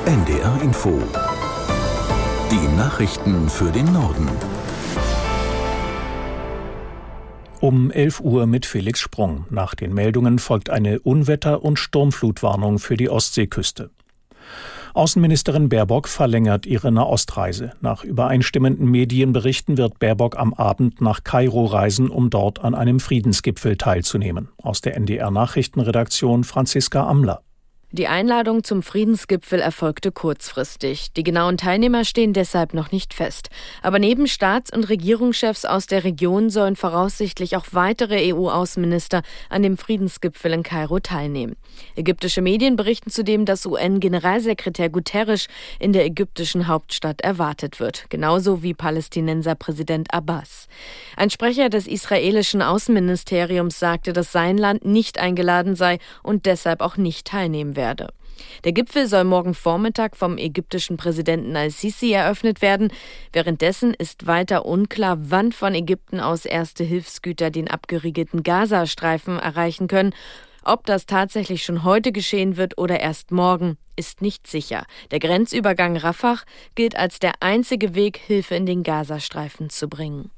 NDR Info. Die Nachrichten für den Norden. Um 11 Uhr mit Felix Sprung. Nach den Meldungen folgt eine Unwetter- und Sturmflutwarnung für die Ostseeküste. Außenministerin Baerbock verlängert ihre Nahostreise. Nach übereinstimmenden Medienberichten wird Baerbock am Abend nach Kairo reisen, um dort an einem Friedensgipfel teilzunehmen. Aus der NDR-Nachrichtenredaktion Franziska Amler. Die Einladung zum Friedensgipfel erfolgte kurzfristig. Die genauen Teilnehmer stehen deshalb noch nicht fest. Aber neben Staats- und Regierungschefs aus der Region sollen voraussichtlich auch weitere EU-Außenminister an dem Friedensgipfel in Kairo teilnehmen. Ägyptische Medien berichten zudem, dass UN-Generalsekretär Guterres in der ägyptischen Hauptstadt erwartet wird. Genauso wie Palästinenser Präsident Abbas. Ein Sprecher des israelischen Außenministeriums sagte, dass sein Land nicht eingeladen sei und deshalb auch nicht teilnehmen werde. Der Gipfel soll morgen Vormittag vom ägyptischen Präsidenten al-Sisi eröffnet werden. Währenddessen ist weiter unklar, wann von Ägypten aus erste Hilfsgüter den abgeriegelten Gazastreifen erreichen können. Ob das tatsächlich schon heute geschehen wird oder erst morgen, ist nicht sicher. Der Grenzübergang Rafah gilt als der einzige Weg, Hilfe in den Gazastreifen zu bringen.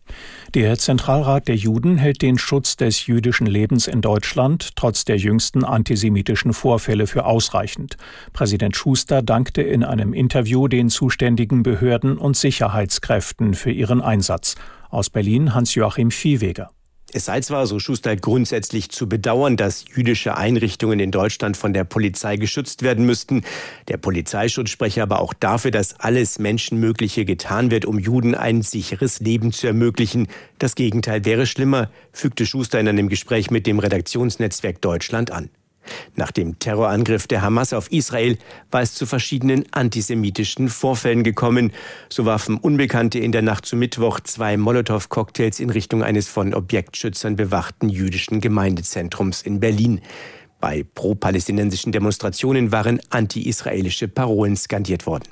Der Zentralrat der Juden hält den Schutz des jüdischen Lebens in Deutschland trotz der jüngsten antisemitischen Vorfälle für ausreichend. Präsident Schuster dankte in einem Interview den zuständigen Behörden und Sicherheitskräften für ihren Einsatz. Aus Berlin Hans-Joachim Viehweger. Es sei zwar, so Schuster, grundsätzlich zu bedauern, dass jüdische Einrichtungen in Deutschland von der Polizei geschützt werden müssten. Der Polizeischutz spreche aber auch dafür, dass alles Menschenmögliche getan wird, um Juden ein sicheres Leben zu ermöglichen. Das Gegenteil wäre schlimmer, fügte Schuster in einem Gespräch mit dem Redaktionsnetzwerk Deutschland an. Nach dem Terrorangriff der Hamas auf Israel war es zu verschiedenen antisemitischen Vorfällen gekommen. So warfen Unbekannte in der Nacht zu Mittwoch 2 Molotow-Cocktails in Richtung eines von Objektschützern bewachten jüdischen Gemeindezentrums in Berlin. Bei pro-palästinensischen Demonstrationen waren anti-israelische Parolen skandiert worden.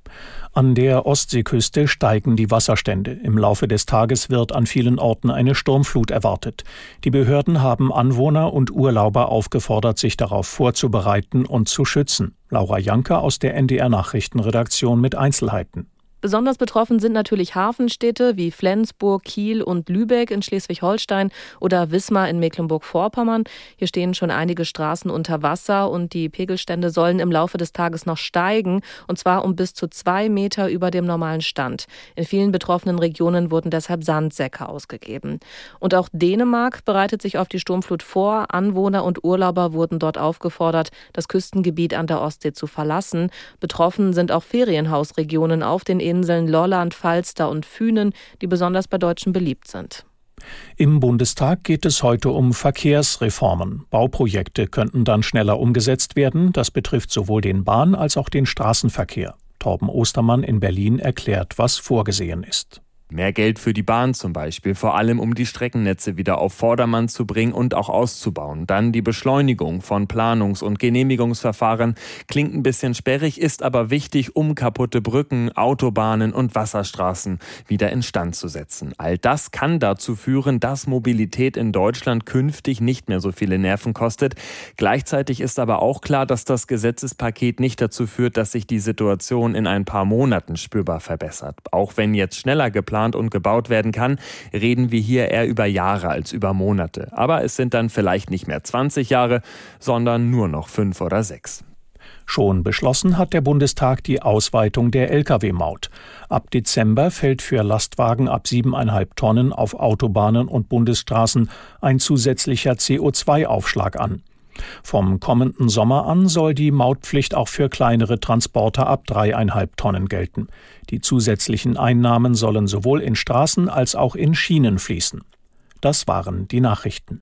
An der Ostseeküste steigen die Wasserstände. Im Laufe des Tages wird an vielen Orten eine Sturmflut erwartet. Die Behörden haben Anwohner und Urlauber aufgefordert, sich darauf vorzubereiten und zu schützen. Laura Janke aus der NDR-Nachrichtenredaktion mit Einzelheiten. Besonders betroffen sind natürlich Hafenstädte wie Flensburg, Kiel und Lübeck in Schleswig-Holstein oder Wismar in Mecklenburg-Vorpommern. Hier stehen schon einige Straßen unter Wasser und die Pegelstände sollen im Laufe des Tages noch steigen, und zwar um bis zu 2 Meter über dem normalen Stand. In vielen betroffenen Regionen wurden deshalb Sandsäcke ausgegeben. Und auch Dänemark bereitet sich auf die Sturmflut vor. Anwohner und Urlauber wurden dort aufgefordert, das Küstengebiet an der Ostsee zu verlassen. Betroffen sind auch Ferienhausregionen auf den Inseln Lolland, Falster und Fünen, die besonders bei Deutschen beliebt sind. Im Bundestag geht es heute um Verkehrsreformen. Bauprojekte könnten dann schneller umgesetzt werden. Das betrifft sowohl den Bahn- als auch den Straßenverkehr. Torben Ostermann in Berlin erklärt, was vorgesehen ist. Mehr Geld für die Bahn zum Beispiel, vor allem um die Streckennetze wieder auf Vordermann zu bringen und auch auszubauen. Dann die Beschleunigung von Planungs- und Genehmigungsverfahren. Klingt ein bisschen sperrig, ist aber wichtig, um kaputte Brücken, Autobahnen und Wasserstraßen wieder instand zu setzen. All das kann dazu führen, dass Mobilität in Deutschland künftig nicht mehr so viele Nerven kostet. Gleichzeitig ist aber auch klar, dass das Gesetzespaket nicht dazu führt, dass sich die Situation in ein paar Monaten spürbar verbessert. Auch wenn jetzt schneller geplant und gebaut werden kann, reden wir hier eher über Jahre als über Monate. Aber es sind dann vielleicht nicht mehr 20 Jahre, sondern nur noch 5 oder 6. Schon beschlossen hat der Bundestag die Ausweitung der Lkw-Maut. Ab Dezember fällt für Lastwagen ab 7,5 Tonnen auf Autobahnen und Bundesstraßen ein zusätzlicher CO2-Aufschlag an. Vom kommenden Sommer an soll die Mautpflicht auch für kleinere Transporter ab 3,5 Tonnen gelten. Die zusätzlichen Einnahmen sollen sowohl in Straßen als auch in Schienen fließen. Das waren die Nachrichten.